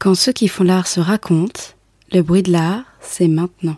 Quand ceux qui font l'art se racontent, le bruit de l'art, c'est maintenant.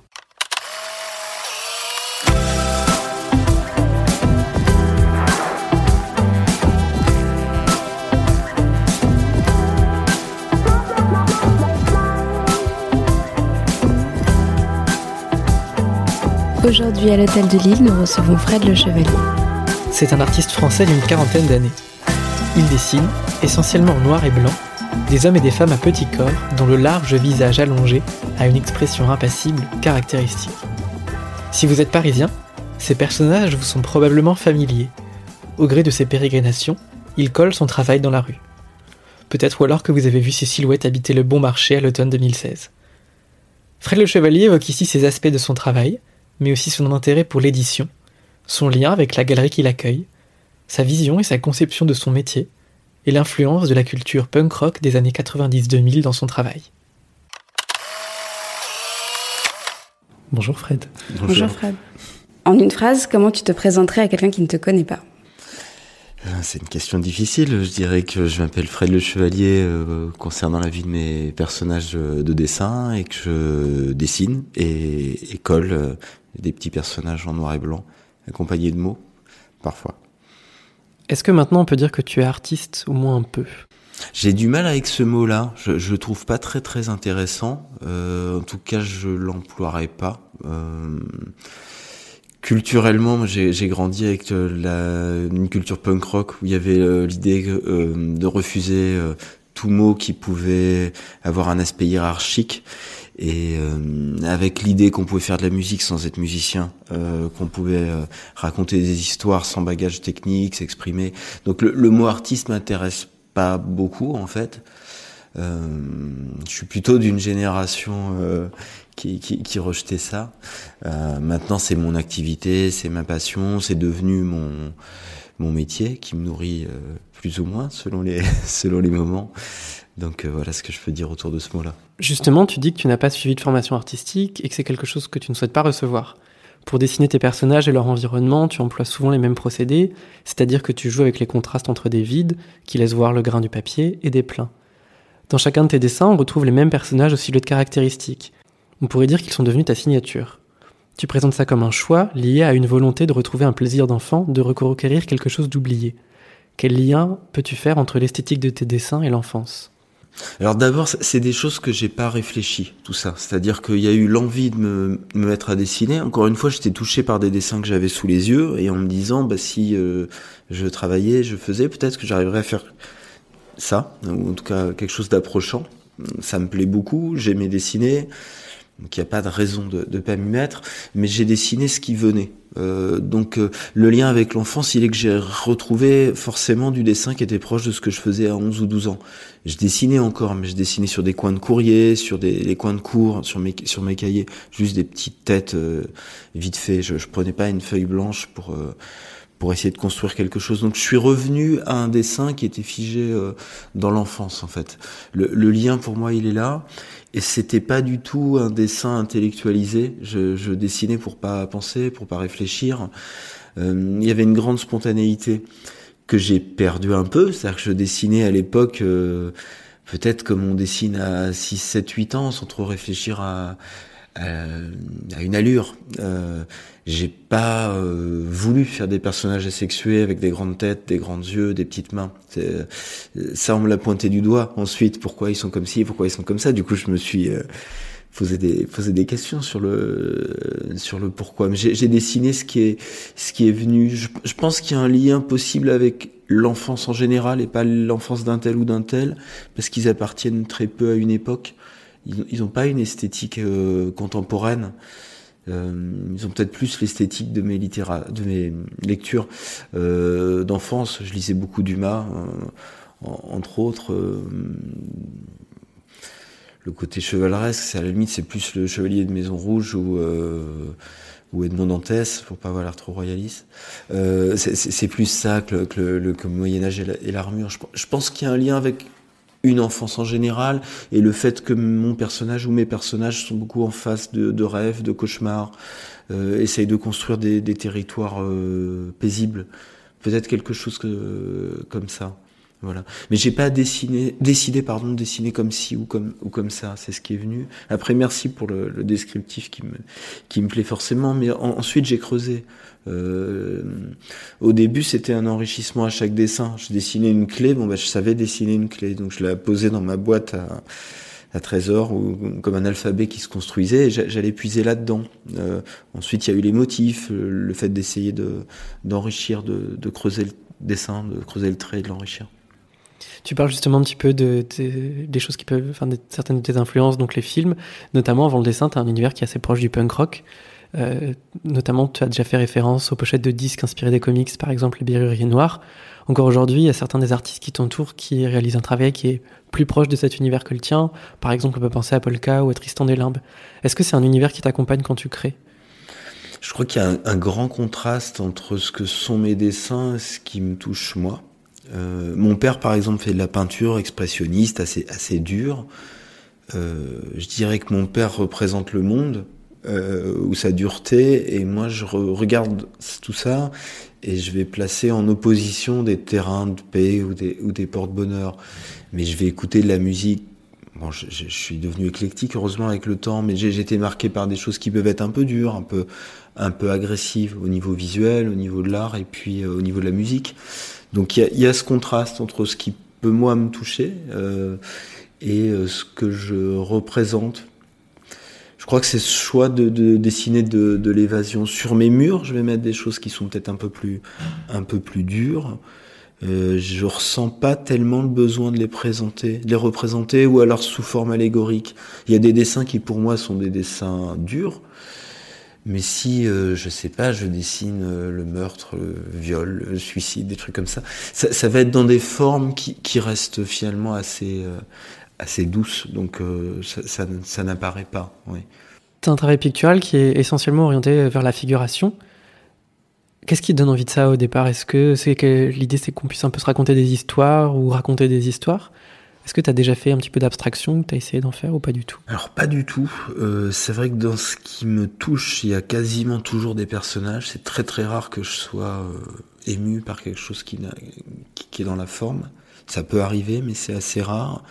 Aujourd'hui à l'Hôtel de Lille, nous recevons Fred Le Chevalier. C'est un artiste français d'une quarantaine d'années. Il dessine, essentiellement en noir et blanc, des hommes et des femmes à petit corps dont le large visage allongé a une expression impassible caractéristique. Si vous êtes parisien, ces personnages vous sont probablement familiers. Au gré de ses pérégrinations, il colle son travail dans la rue. Peut-être ou alors que vous avez vu ces silhouettes habiter le Bon Marché à l'automne 2016. Fred Le Chevalier évoque ici ces aspects de son travail, mais aussi son intérêt pour l'édition, son lien avec la galerie qui l'accueille, sa vision et sa conception de son métier, et l'influence de la culture punk rock des années 90-2000 dans son travail. Bonjour Fred. Bonjour Fred. En une phrase, comment tu te présenterais à quelqu'un qui ne te connaît pas ? C'est une question difficile. Je dirais que je m'appelle Fred Le Chevalier concernant la vie de mes personnages de dessin et que je dessine et colle des petits personnages en noir et blanc accompagnés de mots, parfois. Est-ce que maintenant on peut dire que tu es artiste, au moins un peu ? J'ai du mal avec ce mot-là. Je le trouve pas très très intéressant. En tout cas, je l'emploierai pas. Culturellement, j'ai grandi avec une culture punk rock où il y avait l'idée de refuser tout mot qui pouvait avoir un aspect hiérarchique. Et avec l'idée qu'on pouvait faire de la musique sans être musicien, qu'on pouvait raconter des histoires sans bagage technique, s'exprimer. Donc le mot artiste m'intéresse pas beaucoup en fait. Je suis plutôt d'une génération qui rejetait ça. Maintenant c'est mon activité, c'est ma passion, c'est devenu mon métier qui me nourrit plus ou moins selon les moments. Donc voilà ce que je peux dire autour de ce mot-là. Justement, tu dis que tu n'as pas suivi de formation artistique et que c'est quelque chose que tu ne souhaites pas recevoir. Pour dessiner tes personnages et leur environnement, tu emploies souvent les mêmes procédés, c'est-à-dire que tu joues avec les contrastes entre des vides, qui laissent voir le grain du papier, et des pleins. Dans chacun de tes dessins, on retrouve les mêmes personnages aux silhouettes caractéristiques. On pourrait dire qu'ils sont devenus ta signature. Tu présentes ça comme un choix lié à une volonté de retrouver un plaisir d'enfant, de reconquérir quelque chose d'oublié. Quel lien peux-tu faire entre l'esthétique de tes dessins et l'enfance ? Alors d'abord, c'est des choses que j'ai pas réfléchi, tout ça. C'est-à-dire qu'il y a eu l'envie de me mettre à dessiner. Encore une fois, j'étais touché par des dessins que j'avais sous les yeux et en me disant, si je travaillais, je faisais, peut-être que j'arriverais à faire ça, ou en tout cas quelque chose d'approchant. Ça me plaît beaucoup, j'aimais dessiner. Donc il n'y a pas de raison de pas m'y mettre, mais j'ai dessiné ce qui venait. Donc le lien avec l'enfance, il est que j'ai retrouvé forcément du dessin qui était proche de ce que je faisais à 11 ou 12 ans. Je dessinais encore, mais je dessinais sur des coins de courrier, sur les coins de cours, sur mes cahiers, juste des petites têtes vite fait. Je prenais pas une feuille blanche pour essayer de construire quelque chose. Donc je suis revenu à un dessin qui était figé dans l'enfance en fait. Le lien pour moi il est là. Et c'était pas du tout un dessin intellectualisé. Je dessinais pour pas penser, pour pas réfléchir. Il y avait une grande spontanéité que j'ai perdue un peu. C'est-à-dire que je dessinais à l'époque, peut-être comme on dessine à 6, 7, 8 ans, sans trop réfléchir à une allure. J'ai pas voulu faire des personnages asexués avec des grandes têtes, des grands yeux, des petites mains. Ça, on me l'a pointé du doigt. Ensuite, pourquoi ils sont comme ci, pourquoi ils sont comme ça. Du coup, je me suis posé des questions sur le pourquoi. Mais j'ai dessiné ce qui est venu. Je pense qu'il y a un lien possible avec l'enfance en général et pas l'enfance d'un tel ou d'un tel, parce qu'ils appartiennent très peu à une époque. Ils ont pas une esthétique contemporaine. Ils ont peut-être plus l'esthétique de mes lectures d'enfance. Je lisais beaucoup Dumas, entre autres. Le côté chevaleresque, c'est à la limite, c'est plus le Chevalier de Maison Rouge ou Edmond Dantès, pour pas avoir l'air trop royaliste. C'est plus ça que le Moyen-Âge et l'armure. Je pense qu'il y a un lien avec une enfance en général, et le fait que mon personnage ou mes personnages sont beaucoup en face de rêves, de cauchemars, essayent de construire des territoires paisibles. Peut-être quelque chose comme ça. Voilà. Mais j'ai pas décidé de dessiner comme ci ou comme ça. C'est ce qui est venu. Après, merci pour le descriptif qui me plaît forcément. Mais ensuite, j'ai creusé. Au début, c'était un enrichissement à chaque dessin. Je dessinais une clé. Je savais dessiner une clé. Donc, je la posais dans ma boîte à trésor ou comme un alphabet qui se construisait et j'allais puiser là-dedans. Ensuite, il y a eu les motifs, le fait d'essayer d'enrichir, de creuser le dessin, de creuser le trait et de l'enrichir. Tu parles justement un petit peu des choses qui peuvent, enfin, certaines de tes influences, donc les films, notamment avant le dessin, tu as un univers qui est assez proche du punk rock. Notamment, tu as déjà fait référence aux pochettes de disques inspirées des comics, par exemple Les Biruriers Noirs. Encore aujourd'hui, il y a certains des artistes qui t'entourent qui réalisent un travail qui est plus proche de cet univers que le tien. Par exemple, on peut penser à Polka ou à Tristan des Limbes. Est-ce que c'est un univers qui t'accompagne quand tu crées ? Je crois qu'il y a un grand contraste entre ce que sont mes dessins et ce qui me touche moi. Mon père, par exemple, fait de la peinture expressionniste assez dure. Je dirais que mon père représente le monde, ou sa dureté, et moi je regarde tout ça et je vais placer en opposition des terrains de paix ou des porte-bonheur. Mais je vais écouter de la musique. Bon, je suis devenu éclectique heureusement avec le temps, mais j'ai été marqué par des choses qui peuvent être un peu dures, un peu agressives au niveau visuel, au niveau de l'art et puis au niveau de la musique. Donc il y a ce contraste entre ce qui peut moi me toucher et ce que je représente. Je crois que c'est ce choix de dessiner de l'évasion. Sur mes murs, je vais mettre des choses qui sont peut-être un peu plus dures. Je ressens pas tellement le besoin de les représenter ou alors sous forme allégorique. Il y a des dessins qui pour moi sont des dessins durs. Mais si, je sais pas, je dessine le meurtre, le viol, le suicide, des trucs comme ça, ça va être dans des formes qui restent finalement assez douces. Donc ça n'apparaît pas. Oui. Tu as un travail pictural qui est essentiellement orienté vers la figuration. Qu'est-ce qui te donne envie de ça au départ ? Est-ce que l'idée c'est qu'on puisse un peu se raconter des histoires ou raconter des histoires ? Est-ce que tu as déjà fait un petit peu d'abstraction, tu as essayé d'en faire ou pas du tout ? Alors pas du tout. C'est vrai que dans ce qui me touche, il y a quasiment toujours des personnages. C'est très très rare que je sois ému par quelque chose qui est dans la forme. Ça peut arriver, mais c'est assez rare.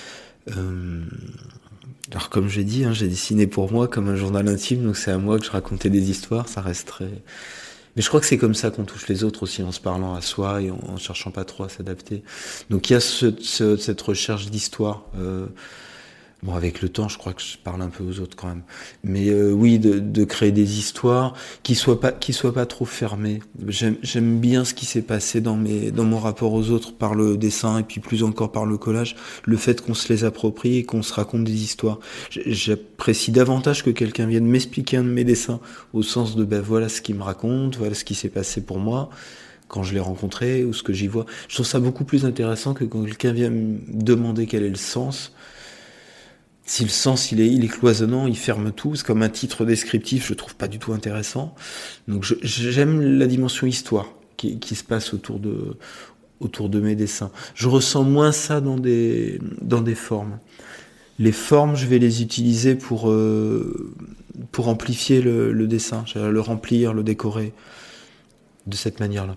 Alors comme j'ai dit, j'ai dessiné pour moi comme un journal intime, donc c'est à moi que je racontais des histoires, ça reste très... Mais je crois que c'est comme ça qu'on touche les autres aussi, en se parlant à soi et en cherchant pas trop à s'adapter. Donc il y a cette recherche d'histoire. Bon, avec le temps, je crois que je parle un peu aux autres quand même. Mais oui, de créer des histoires qui soient pas trop fermées. J'aime bien ce qui s'est passé dans mon rapport aux autres par le dessin et puis plus encore par le collage. Le fait qu'on se les approprie et qu'on se raconte des histoires. J'apprécie davantage que quelqu'un vienne m'expliquer un de mes dessins au sens de voilà ce qu'il me raconte, voilà ce qui s'est passé pour moi quand je l'ai rencontré ou ce que j'y vois. Je trouve ça beaucoup plus intéressant que quand quelqu'un vient me demander quel est le sens. Si le sens il est cloisonnant, il ferme tout, c'est comme un titre descriptif, je trouve pas du tout intéressant. Donc j'aime la dimension histoire qui se passe autour de mes dessins. Je ressens moins ça dans des formes. Les formes, je vais les utiliser pour amplifier le dessin, le remplir, le décorer de cette manière-là.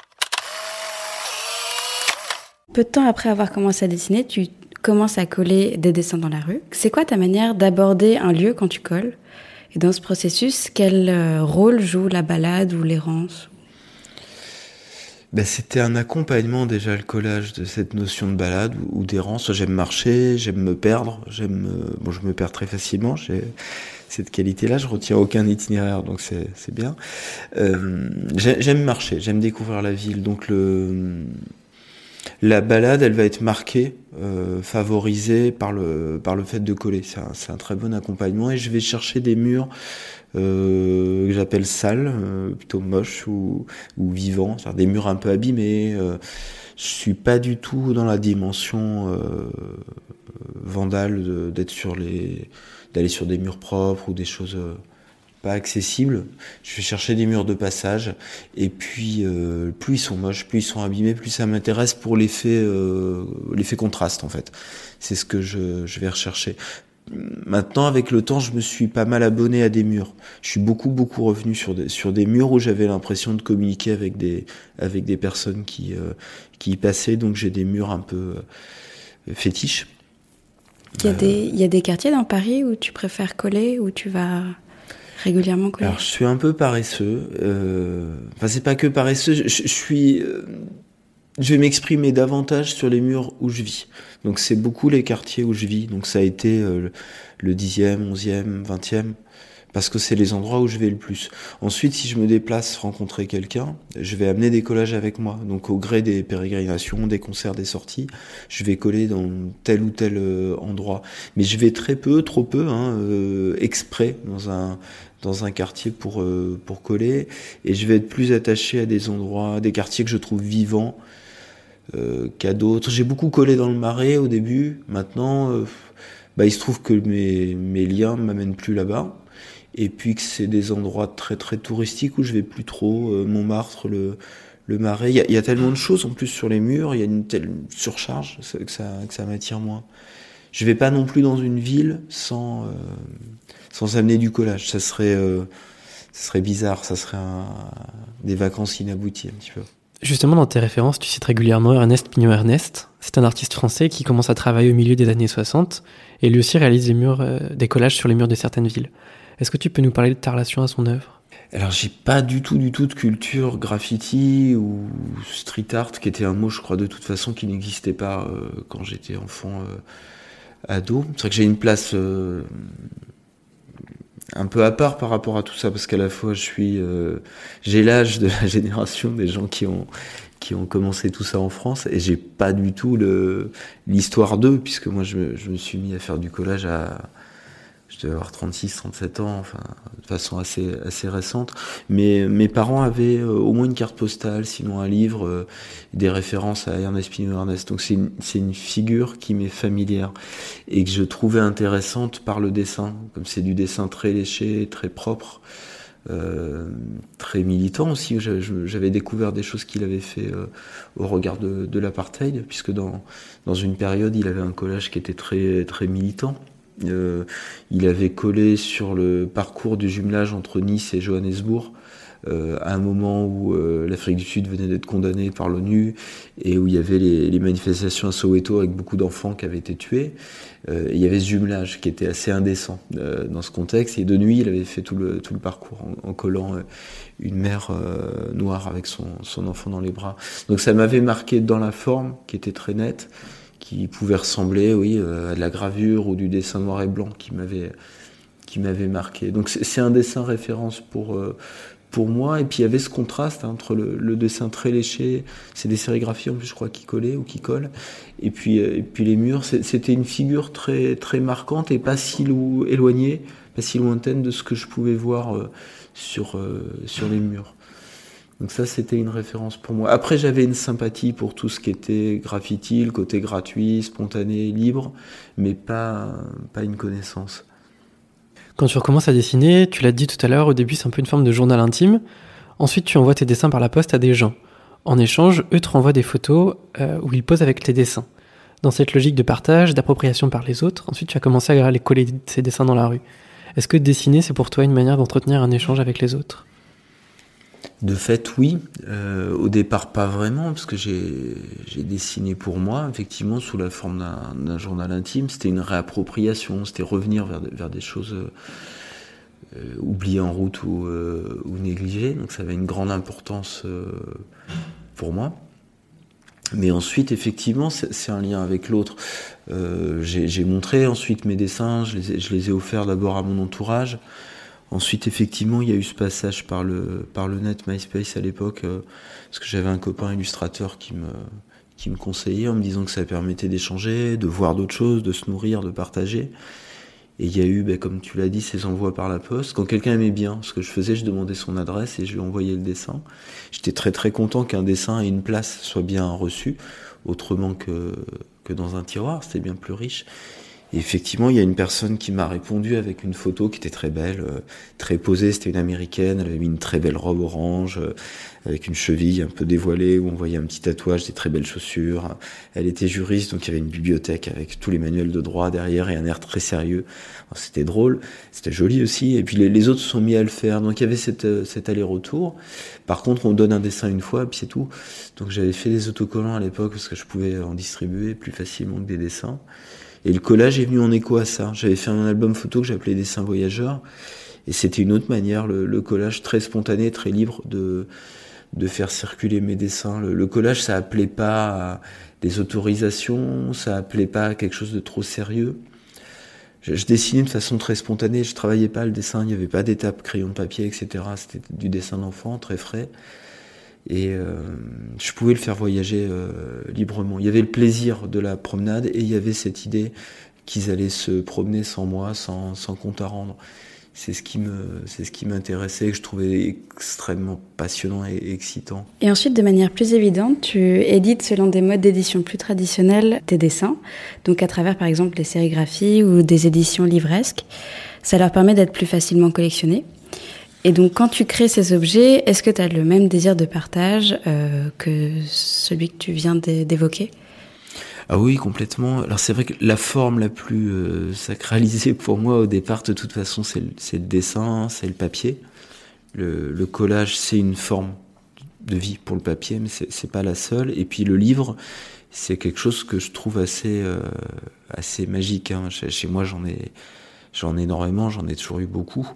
Peu de temps après avoir commencé à dessiner, tu commences à coller des dessins dans la rue. C'est quoi ta manière d'aborder un lieu quand tu colles ? Et dans ce processus, quel rôle joue la balade ou l'errance ? C'était un accompagnement déjà, le collage, de cette notion de balade ou d'errance. J'aime marcher, j'aime me perdre, je me perds très facilement, j'ai cette qualité-là, je retiens aucun itinéraire, donc c'est bien. J'aime marcher, j'aime découvrir la ville, donc la balade, elle va être marquée, favorisée par le fait de coller. C'est un très bon accompagnement et je vais chercher des murs que j'appelle sales, plutôt moches ou vivants, c'est-à-dire des murs un peu abîmés. Je suis pas du tout dans la dimension vandale d'aller sur des murs propres ou des choses pas accessibles. Je vais chercher des murs de passage et puis plus ils sont moches, plus ils sont abîmés, plus ça m'intéresse pour l'effet contraste en fait. C'est ce que je vais rechercher. maintenant, avec le temps, je me suis pas mal abonné à des murs. Je suis beaucoup revenu sur des murs où j'avais l'impression de communiquer avec des personnes qui y passaient. Donc j'ai des murs un peu fétiches. Il y a des quartiers dans Paris où tu préfères coller, où tu vas régulièrement coller? Alors je suis un peu paresseux. Enfin, c'est pas que paresseux. Je vais m'exprimer davantage sur les murs où je vis. Donc c'est beaucoup les quartiers où je vis. Donc ça a été le 10e, 11e, 20e, parce que c'est les endroits où je vais le plus. Ensuite, si je me déplace rencontrer quelqu'un, je vais amener des collages avec moi. Donc au gré des pérégrinations, des concerts, des sorties, je vais coller dans tel ou tel endroit. Mais je vais très peu, trop peu, exprès dans un quartier pour coller. Et je vais être plus attaché à des endroits, des quartiers que je trouve vivants, qu'à d'autres. J'ai beaucoup collé dans le Marais au début. Maintenant, il se trouve que mes liens m'amènent plus là-bas. Et puis que c'est des endroits très très touristiques où je vais plus trop. Montmartre, le Marais. Il y a tellement de choses en plus sur les murs. Il y a une telle surcharge que ça m'attire moins. Je vais pas non plus dans une ville sans amener du collage. Ça serait bizarre. Ça serait des vacances inabouties un petit peu. Justement, dans tes références, tu cites régulièrement Ernest Pignot-Ernest. C'est un artiste français qui commence à travailler au milieu des années 60 et lui aussi réalise des collages sur les murs de certaines villes. Est-ce que tu peux nous parler de ta relation à son œuvre ? Alors, j'ai pas du tout de culture graffiti ou street art, qui était un mot, je crois, de toute façon, qui n'existait pas quand j'étais enfant, ado. C'est vrai que j'ai une place un peu à part par rapport à tout ça, parce qu'à la fois j'ai l'âge de la génération des gens qui ont commencé tout ça en France, et j'ai pas du tout l'histoire d'eux, puisque moi je me suis mis à faire du collage je devais avoir 37 ans, enfin de façon assez récente. Mais mes parents avaient au moins une carte postale, sinon un livre, des références à Ernest Pignot-Ernest. Donc c'est une figure qui m'est familière et que je trouvais intéressante par le dessin, comme c'est du dessin très léché, très propre, très militant aussi. J'avais découvert des choses qu'il avait fait au regard de l'apartheid, puisque dans une période il avait un collage qui était très très militant. Il avait collé sur le parcours du jumelage entre Nice et Johannesburg, à un moment où l'Afrique du Sud venait d'être condamnée par l'ONU et où il y avait les manifestations à Soweto avec beaucoup d'enfants qui avaient été tués. Et il y avait ce jumelage qui était assez indécent dans ce contexte. Et de nuit, il avait fait tout le parcours en collant une mère noire avec son enfant dans les bras. Donc ça m'avait marqué dans la forme, qui était très nette, qui pouvait ressembler, à de la gravure ou du dessin noir et blanc qui m'avait marqué. Donc c'est un dessin référence pour moi. Et puis il y avait ce contraste entre le dessin très léché, c'est des sérigraphies en plus je crois qui collaient ou qui collent, et puis les murs, c'était une figure très très marquante et pas si éloignée, pas si lointaine de ce que je pouvais voir sur les murs. Donc ça, c'était une référence pour moi. Après, j'avais une sympathie pour tout ce qui était graffiti, le côté gratuit, spontané, libre, mais pas une connaissance. Quand tu recommences à dessiner, tu l'as dit tout à l'heure, au début c'est un peu une forme de journal intime. Ensuite, tu envoies tes dessins par la poste à des gens. En échange, eux te renvoient des photos où ils posent avec tes dessins. Dans cette logique de partage, d'appropriation par les autres, ensuite tu as commencé à aller coller ces dessins dans la rue. Est-ce que dessiner, c'est pour toi une manière d'entretenir un échange avec les autres ? De fait, oui. Au départ, pas vraiment, parce que j'ai dessiné pour moi, effectivement, sous la forme d'un journal intime. C'était une réappropriation, c'était revenir vers des choses oubliées en route ou négligées. Donc ça avait une grande importance pour moi. Mais ensuite, effectivement, c'est un lien avec l'autre. J'ai montré ensuite mes dessins, je les ai offerts d'abord à mon entourage. Ensuite, effectivement, il y a eu ce passage par le net, MySpace à l'époque, parce que j'avais un copain illustrateur qui me conseillait en me disant que ça permettait d'échanger, de voir d'autres choses, de se nourrir, de partager. Et il y a eu, comme tu l'as dit, ces envois par la poste. Quand quelqu'un aimait bien ce que je faisais, je demandais son adresse et je lui envoyais le dessin. J'étais très très content qu'un dessin ait une place, soit bien reçu, autrement que dans un tiroir, c'était bien plus riche. Et effectivement, il y a une personne qui m'a répondu avec une photo qui était très belle, très posée. C'était une américaine, elle avait mis une très belle robe orange, avec une cheville un peu dévoilée, où on voyait un petit tatouage, des très belles chaussures. Elle était juriste, donc il y avait une bibliothèque avec tous les manuels de droit derrière et un air très sérieux. Alors, c'était drôle, c'était joli aussi. Et puis les autres se sont mis à le faire. Donc il y avait cet aller-retour. Par contre, on donne un dessin une fois, puis c'est tout. Donc j'avais fait des autocollants à l'époque, parce que je pouvais en distribuer plus facilement que des dessins. Et le collage est venu en écho à ça. J'avais fait un album photo que j'appelais Dessins voyageurs. Et c'était une autre manière, le collage très spontané, très libre de faire circuler mes dessins. Le collage, ça appelait pas à des autorisations, ça appelait pas à quelque chose de trop sérieux. Je dessinais de façon très spontanée, je travaillais pas le dessin, il n'y avait pas d'étape, crayon de papier, etc. C'était du dessin d'enfant, très frais. Et je pouvais le faire voyager librement. Il y avait le plaisir de la promenade et il y avait cette idée qu'ils allaient se promener sans moi, sans compte à rendre. C'est ce qui m'intéressait, que je trouvais extrêmement passionnant et excitant. Et ensuite, de manière plus évidente, tu édites selon des modes d'édition plus traditionnels tes dessins, donc à travers par exemple les sérigraphies ou des éditions livresques. Ça leur permet d'être plus facilement collectionnés. Et donc, quand tu crées ces objets, est-ce que tu as le même désir de partage que celui que tu viens d'évoquer ? Ah oui, complètement. Alors c'est vrai que la forme la plus sacralisée pour moi au départ, de toute façon, c'est le dessin, c'est le papier. Le collage, c'est une forme de vie pour le papier, mais c'est pas la seule. Et puis le livre, c'est quelque chose que je trouve assez magique. Hein. Chez moi, j'en ai énormément, j'en ai toujours eu beaucoup.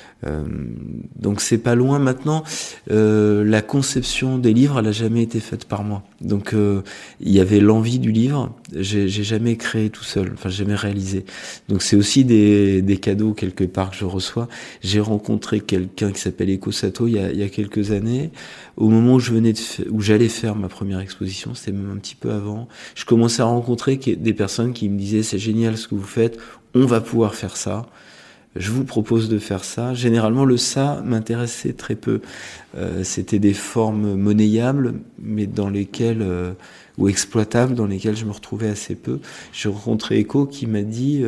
Donc c'est pas loin maintenant. La conception des livres, elle a jamais été faite par moi. Donc il y avait l'envie du livre. J'ai jamais créé tout seul. Enfin, j'ai jamais réalisé. Donc c'est aussi des cadeaux quelque part que je reçois. J'ai rencontré quelqu'un qui s'appelle Eko Sato il y a quelques années. Au moment où j'allais faire ma première exposition, c'était même un petit peu avant. Je commençais à rencontrer des personnes qui me disaient c'est génial ce que vous faites. On va pouvoir faire ça. Je vous propose de faire ça. Généralement, le ça m'intéressait très peu. C'était des formes monnayables, mais dans lesquelles ou exploitables, dans lesquelles je me retrouvais assez peu. J'ai rencontré Eko qui m'a dit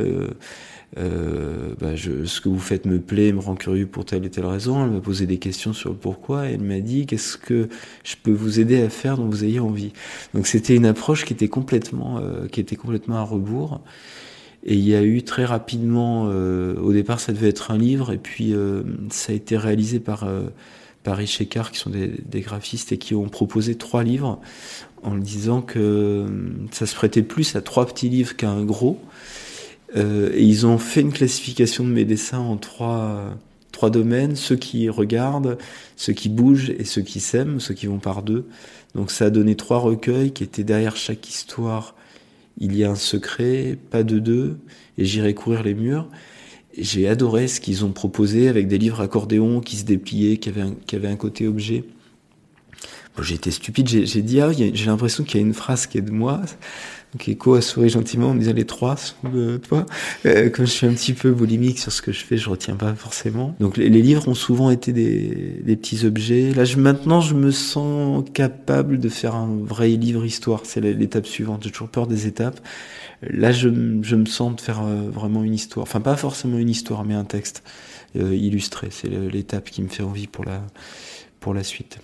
ce que vous faites me plaît, me rend curieux pour telle et telle raison. Elle m'a posé des questions sur le pourquoi et elle m'a dit qu'est-ce que je peux vous aider à faire dont vous ayez envie. Donc c'était une approche qui était complètement à rebours. Et il y a eu très rapidement, au départ ça devait être un livre, et puis ça a été réalisé par Paris Chécard, qui sont des graphistes, et qui ont proposé 3 livres, en disant que ça se prêtait plus à 3 petits livres qu'à un gros. Et ils ont fait une classification de mes dessins en 3 domaines, ceux qui regardent, ceux qui bougent et ceux qui s'aiment, ceux qui vont par 2. Donc ça a donné 3 recueils qui étaient derrière chaque histoire. Il y a un secret, pas de 2, et j'irai courir les murs. Et j'ai adoré ce qu'ils ont proposé avec des livres accordéons qui se dépliaient, qui avaient un côté objet. Bon, j'ai été stupide, j'ai dit j'ai l'impression qu'il y a une phrase qui est de moi. Donc Eko a souri gentiment en me disant les 3 sont de toi. Comme je suis un petit peu boulimique sur ce que je fais, je retiens pas forcément. Donc les livres ont souvent été des petits objets. Là maintenant je me sens capable de faire un vrai livre histoire. C'est l'étape suivante. J'ai toujours peur des étapes. Là je me sens de faire vraiment une histoire. Enfin pas forcément une histoire, mais un texte illustré. C'est l'étape qui me fait envie pour la suite.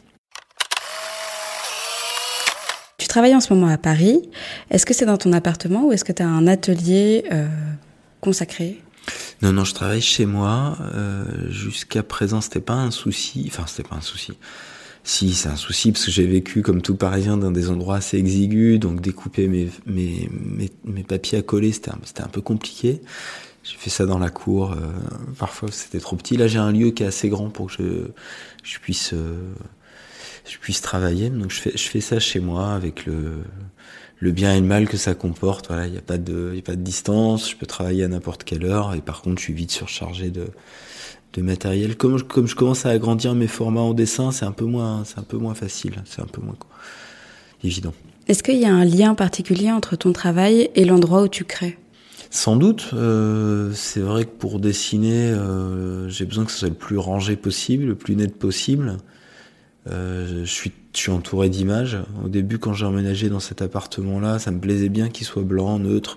Tu travailles en ce moment à Paris. Est-ce que c'est dans ton appartement ou est-ce que tu as un atelier consacré ? Non, je travaille chez moi. Jusqu'à présent, c'était pas un souci. Enfin, c'était pas un souci. Si, c'est un souci parce que j'ai vécu comme tout Parisien dans des endroits assez exigus, donc découper mes papiers à coller, c'était un peu compliqué. J'ai fait ça dans la cour. Parfois, c'était trop petit. Là, j'ai un lieu qui est assez grand pour que je puisse travailler. Donc je fais ça chez moi avec le bien et le mal que ça comporte. Voilà, il y a pas de distance, je peux travailler à n'importe quelle heure, et par contre je suis vite surchargé de matériel. Comme je commence à agrandir mes formats en dessin, c'est un peu moins facile, c'est un peu moins évident. Est-ce qu'il y a un lien particulier entre ton travail et l'endroit où tu crées ? Sans doute, c'est vrai que pour dessiner, j'ai besoin que ce soit le plus rangé possible, le plus net possible. Je suis entouré d'images. Au début, quand j'ai emménagé dans cet appartement-là, ça me plaisait bien qu'il soit blanc, neutre,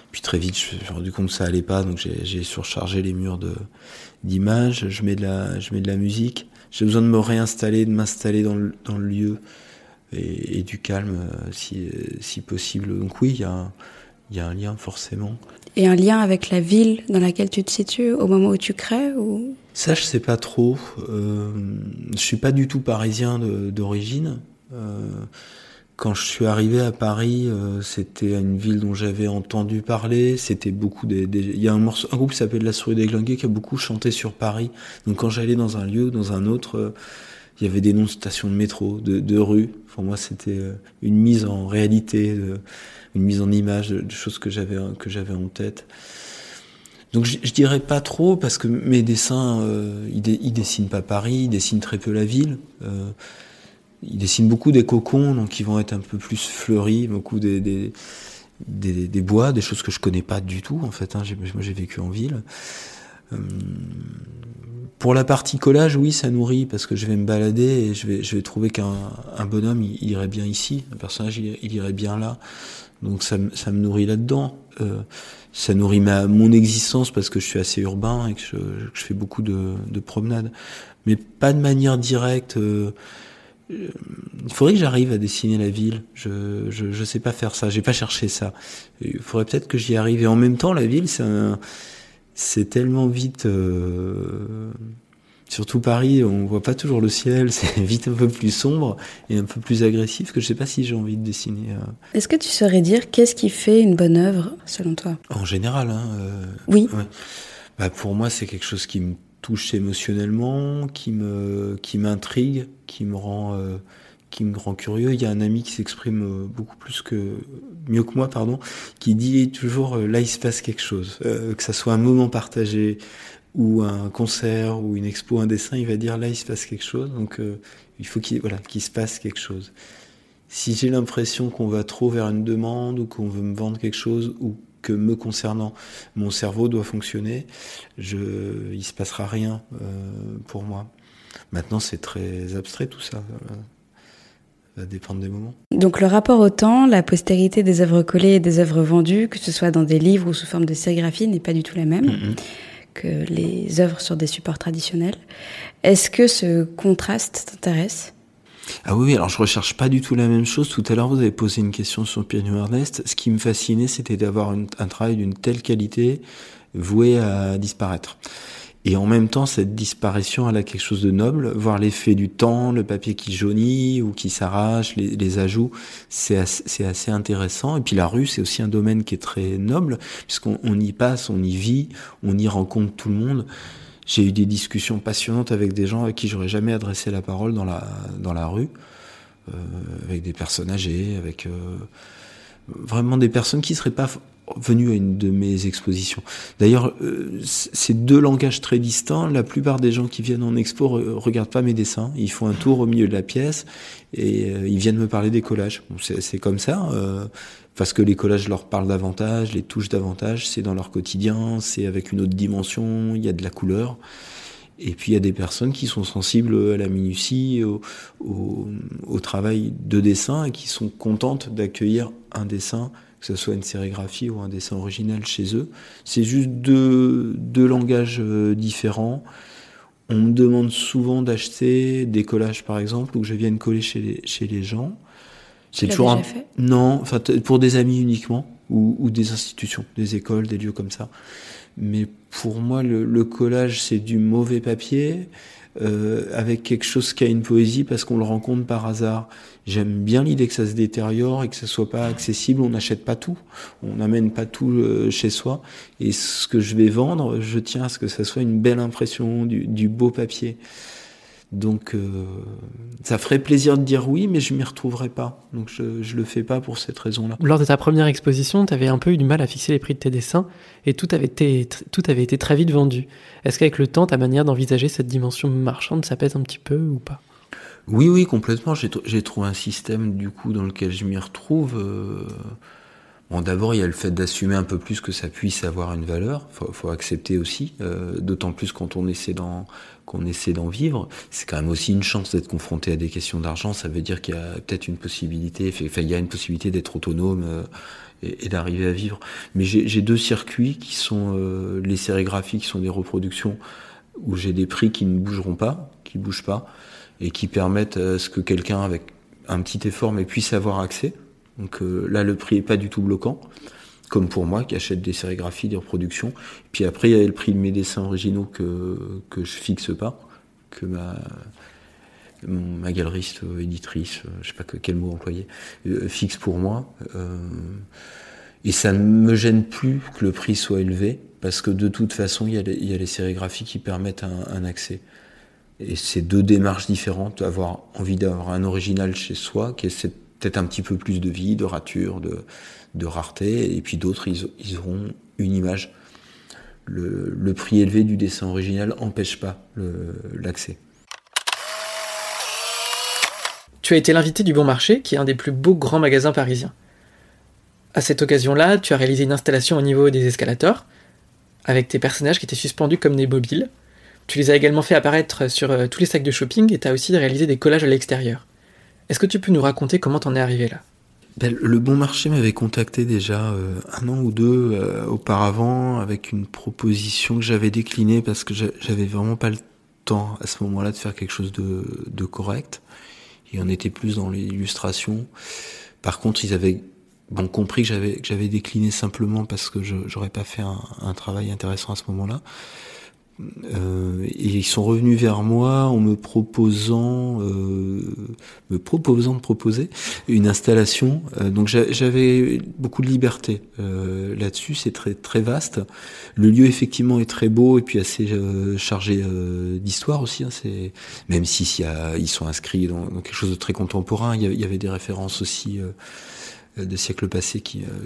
Puis très vite, je me suis rendu compte que ça allait pas, donc j'ai surchargé les murs d'images. Je mets de la musique. J'ai besoin de me réinstaller, de m'installer dans le lieu et du calme, si possible. Donc oui, il y a un lien forcément. Et un lien avec la ville dans laquelle tu te situes au moment où tu crées ou... Ça, je sais pas trop. Je suis pas du tout parisien d'origine. Quand je suis arrivé à Paris, c'était une ville dont j'avais entendu parler. C'était beaucoup il y a un groupe qui s'appelle La Souris Déglinguée qui a beaucoup chanté sur Paris. Donc quand j'allais dans un lieu, dans un autre, il y avait des noms de stations de métro, de rues. Pour moi, c'était une mise en réalité, une mise en image de choses que j'avais en tête. Donc je dirais pas trop parce que mes dessins, ils dessinent pas Paris, ils dessinent très peu la ville. Ils dessinent beaucoup des cocons, donc ils vont être un peu plus fleuris, beaucoup des bois, des choses que je connais pas du tout en fait. Moi j'ai vécu en ville. Pour la partie collage, oui, ça nourrit parce que je vais me balader et je vais trouver qu'un bonhomme il irait bien ici, un personnage il irait bien là. Donc ça me nourrit là-dedans. Ça nourrit mon existence parce que je suis assez urbain et que je fais beaucoup de promenades, mais pas de manière directe. Il faudrait que j'arrive à dessiner la ville. Je sais pas faire ça. J'ai pas cherché ça. Il faudrait peut-être que j'y arrive. Et en même temps, la ville, c'est tellement vite. Surtout Paris, on voit pas toujours le ciel. C'est vite un peu plus sombre et un peu plus agressif que je sais pas si j'ai envie de dessiner. Est-ce que tu saurais dire qu'est-ce qui fait une bonne œuvre selon toi ? En général, oui. Ouais. Pour moi, c'est quelque chose qui me touche émotionnellement, qui m'intrigue, qui me rend curieux. Il y a un ami qui s'exprime mieux que moi, qui dit toujours là il se passe quelque chose, que ça soit un moment partagé ou un concert ou une expo, un dessin, il va dire là il se passe quelque chose. Donc il faut qu'il se passe quelque chose. Si j'ai l'impression qu'on va trop vers une demande ou qu'on veut me vendre quelque chose ou que me concernant, mon cerveau doit fonctionner, il se passera rien pour moi. Maintenant, c'est très abstrait tout ça. Ça va dépendre des moments. Donc le rapport au temps, la postérité des œuvres collées et des œuvres vendues, que ce soit dans des livres ou sous forme de sérigraphie, n'est pas du tout la même que les œuvres sur des supports traditionnels. Est-ce que ce contraste t'intéresse ? Ah oui, alors je recherche pas du tout la même chose. Tout à l'heure, vous avez posé une question sur Pierre Ernest. Ce qui me fascinait, c'était d'avoir un travail d'une telle qualité voué à disparaître. Et en même temps, cette disparition, elle a quelque chose de noble. Voir l'effet du temps, le papier qui jaunit ou qui s'arrache, les ajouts, c'est assez intéressant. Et puis la rue, c'est aussi un domaine qui est très noble, puisqu'on y passe, on y vit, on y rencontre tout le monde. J'ai eu des discussions passionnantes avec des gens avec qui j'aurais jamais adressé la parole dans la rue, avec des personnes âgées, avec vraiment des personnes qui seraient pas venues à une de mes expositions. D'ailleurs, c'est deux langages très distincts. La plupart des gens qui viennent en expo regardent pas mes dessins. Ils font un tour au milieu de la pièce et ils viennent me parler des collages. Bon, c'est comme ça. Parce que les collages leur parlent davantage, les touchent davantage, c'est dans leur quotidien, c'est avec une autre dimension, il y a de la couleur. Et puis il y a des personnes qui sont sensibles à la minutie, au travail de dessin et qui sont contentes d'accueillir un dessin, que ce soit une sérigraphie ou un dessin original chez eux. C'est juste deux langages différents. On me demande souvent d'acheter des collages par exemple, ou que je vienne coller chez les gens. C'est toujours déjà fait ? Non, enfin pour des amis uniquement ou des institutions, des écoles, des lieux comme ça. Mais pour moi, le collage, c'est du mauvais papier avec quelque chose qui a une poésie parce qu'on le rencontre par hasard. J'aime bien l'idée que ça se détériore et que ça soit pas accessible. On n'achète pas tout, on n'amène pas tout chez soi. Et ce que je vais vendre, je tiens à ce que ça soit une belle impression, du beau papier. Donc ça ferait plaisir de dire oui, mais je m'y retrouverai pas. Donc je le fais pas pour cette raison-là. Lors de ta première exposition, tu avais un peu eu du mal à fixer les prix de tes dessins et tout avait été très vite vendu. Est-ce qu'avec le temps, ta manière d'envisager cette dimension marchande, ça pèse un petit peu ou pas ? Oui, complètement. J'ai trouvé un système du coup dans lequel je m'y retrouve. Bon, d'abord, il y a le fait d'assumer un peu plus que ça puisse avoir une valeur. Faut accepter aussi, d'autant plus quand qu'on essaie d'en vivre. C'est quand même aussi une chance d'être confronté à des questions d'argent. Ça veut dire qu'il y a peut-être une possibilité, il y a une possibilité d'être autonome et d'arriver à vivre. Mais j'ai 2 circuits qui sont les sérigraphies, qui sont des reproductions où j'ai des prix qui ne bougent pas, et qui permettent à ce que quelqu'un avec un petit effort mais puisse avoir accès. Donc là, le prix est pas du tout bloquant, comme pour moi qui achète des sérigraphies, des reproductions. Et puis après, il y a le prix de mes dessins originaux que je fixe pas, que ma galeriste, éditrice, je sais pas quel mot employer, fixe pour moi. Et ça ne me gêne plus que le prix soit élevé, parce que de toute façon, il y a les sérigraphies qui permettent un accès. Et c'est 2 démarches différentes, avoir envie d'avoir un original chez soi, qui est peut-être un petit peu plus de vie, de rature, de rareté, et puis d'autres, ils auront une image. Le prix élevé du dessin original n'empêche pas l'accès. Tu as été l'invité du Bon Marché, qui est un des plus beaux grands magasins parisiens. À cette occasion-là, tu as réalisé une installation au niveau des escalators, avec tes personnages qui étaient suspendus comme des mobiles. Tu les as également fait apparaître sur tous les sacs de shopping, et tu as aussi réalisé des collages à l'extérieur. Est-ce que tu peux nous raconter comment t'en es arrivé là ? Le Bon Marché m'avait contacté déjà 1 an ou 2 auparavant avec une proposition que j'avais déclinée parce que j'avais vraiment pas le temps à ce moment-là de faire quelque chose de correct. Et on était plus dans l'illustration. Par contre, ils avaient compris que j'avais décliné simplement parce que j'aurais pas fait un travail intéressant à ce moment-là. Et ils sont revenus vers moi en me proposant de proposer une installation. Donc j'avais beaucoup de liberté là-dessus. C'est très très vaste. Le lieu effectivement est très beau et puis assez chargé d'histoire aussi. Hein. Même si ils sont inscrits dans quelque chose de très contemporain. Il y avait des références aussi de siècles passés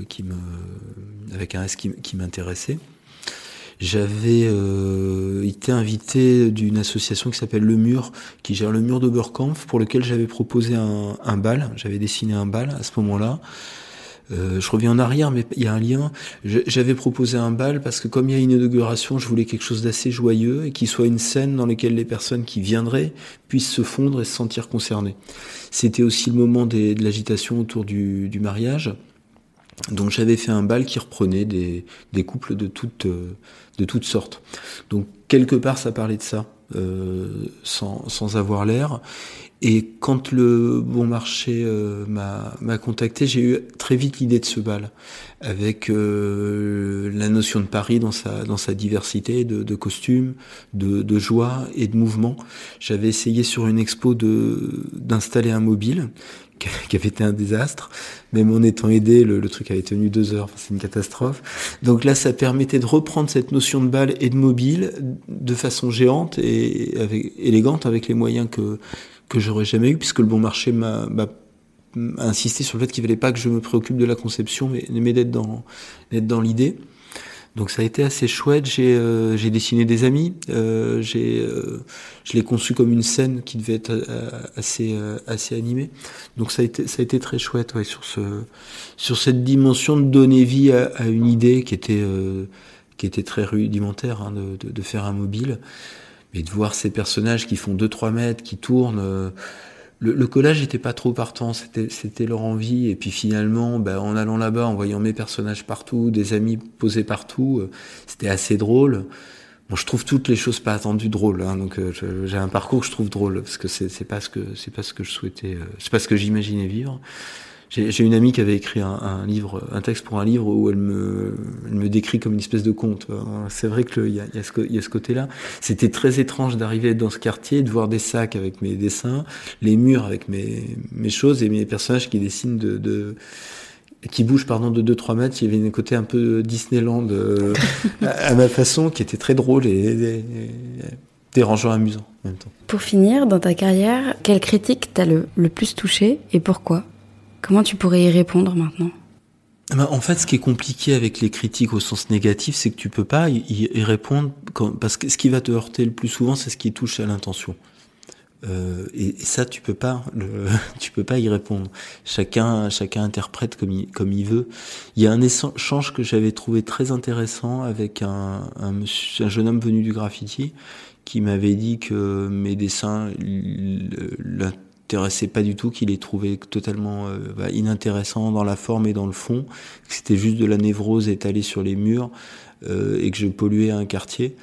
avec un S qui m'intéressait. J'avais été invité d'une association qui s'appelle Le Mur, qui gère le mur d'Oberkampf, pour lequel j'avais proposé un bal. J'avais dessiné un bal à ce moment-là. Je reviens en arrière, mais il y a un lien. J'avais proposé un bal parce que comme il y a une inauguration, je voulais quelque chose d'assez joyeux et qui soit une scène dans laquelle les personnes qui viendraient puissent se fondre et se sentir concernées. C'était aussi le moment de l'agitation autour du mariage. Donc j'avais fait un bal qui reprenait des couples de toutes sortes. Donc quelque part ça parlait de ça, sans avoir l'air. Et quand le Bon Marché m'a contacté, j'ai eu très vite l'idée de ce bal, avec la notion de Paris dans sa diversité de costumes, de joie et de mouvement. J'avais essayé sur une expo d'installer un mobile qui avait été un désastre. Même en étant aidé, le truc avait tenu 2 heures. Enfin, c'est une catastrophe. Donc là, ça permettait de reprendre cette notion de balle et de mobile de façon géante et élégante, avec les moyens que j'aurais jamais eu, puisque le Bon Marché m'a insisté sur le fait qu'il fallait pas que je me préoccupe de la conception, mais d'être dans l'idée. Donc ça a été assez chouette. J'ai dessiné des amis. Je l'ai conçu comme une scène qui devait être assez animée. Donc ça a été très chouette, ouais, sur cette dimension de donner vie à une idée qui était très rudimentaire, hein, de faire un mobile, mais de voir ces personnages qui font 2-3 mètres, qui tournent. Le collage n'était pas trop partant, c'était leur envie, et puis finalement, en allant là-bas, en voyant mes personnages partout, des amis posés partout, c'était assez drôle. Bon, je trouve toutes les choses pas attendues drôles, hein, donc j'ai un parcours que je trouve drôle, parce que c'est pas ce que je souhaitais, c'est pas ce que j'imaginais vivre. J'ai une amie qui avait écrit un texte pour un livre où elle me décrit comme une espèce de conte. C'est vrai qu'il y a ce côté-là. C'était très étrange d'arriver dans ce quartier, de voir des sacs avec mes dessins, les murs avec mes choses et mes personnages qui dessinent qui bougent de 2-3 mètres. Il y avait un côté un peu Disneyland à ma façon, qui était très drôle et dérangeant, amusant en même temps. Pour finir, dans ta carrière, quelle critique t'a le plus touché et pourquoi ? Comment tu pourrais y répondre maintenant ? En fait, ce qui est compliqué avec les critiques au sens négatif, c'est que tu peux pas y répondre parce que ce qui va te heurter le plus souvent, c'est ce qui touche à l'intention. Et ça, tu peux pas y répondre. Chacun interprète comme il veut. Il y a un échange que j'avais trouvé très intéressant avec un jeune homme venu du graffiti qui m'avait dit que mes dessins l'intéressaient pas du tout, qu'il les trouvait totalement inintéressants dans la forme et dans le fond, que c'était juste de la névrose étalée sur les murs et que je polluais un quartier.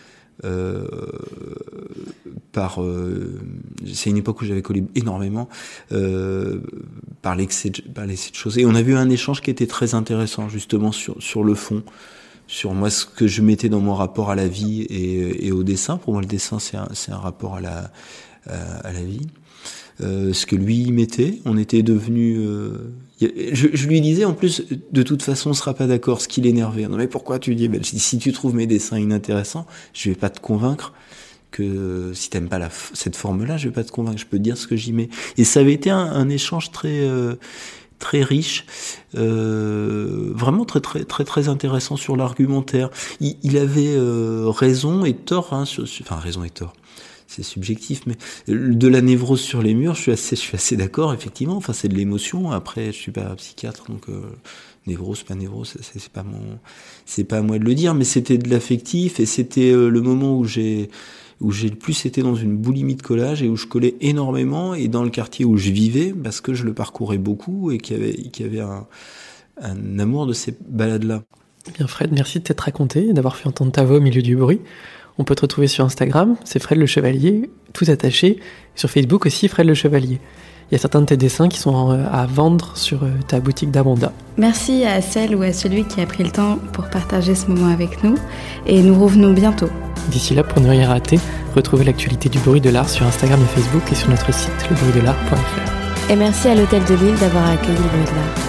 C'est une époque où j'avais collé énormément par l'excès de choses, et on a vu un échange qui était très intéressant justement sur le fond, sur moi ce que je mettais dans mon rapport à la vie et au dessin. Pour moi le dessin c'est un rapport à la vie, ce que lui y mettait. On était devenus je lui disais en plus, de toute façon on sera pas d'accord, ce qui l'énervait. Non mais pourquoi tu dis, si tu trouves mes dessins inintéressants, je vais pas te convaincre que si t'aimes pas cette forme-là, je vais pas te convaincre, je peux te dire ce que j'y mets. Et ça avait été un échange très riche, vraiment très intéressant sur l'argumentaire. Il avait raison et tort, raison et tort. C'est subjectif, mais de la névrose sur les murs, je suis assez d'accord, effectivement. Enfin, c'est de l'émotion. Après, je suis pas psychiatre, donc névrose, pas névrose, c'est pas à moi de le dire, mais c'était de l'affectif, et c'était le moment où j'ai le plus été dans une boulimie de collage et où je collais énormément, et dans le quartier où je vivais, parce que je le parcourais beaucoup et qu'il y avait un amour de ces balades-là. Bien Fred, merci de t'être raconté et d'avoir fait entendre ta voix au milieu du bruit. On peut te retrouver sur Instagram, c'est Fred le Chevalier, tout attaché. Et sur Facebook aussi, Fred le Chevalier. Il y a certains de tes dessins qui sont à vendre sur ta boutique d'Amanda. Merci à celle ou à celui qui a pris le temps pour partager ce moment avec nous. Et nous revenons bientôt. D'ici là, pour ne rien rater, retrouvez l'actualité du bruit de l'art sur Instagram et Facebook et sur notre site lebruitdelart.fr. Et merci à l'Hôtel de Lille d'avoir accueilli le bruit de l'art.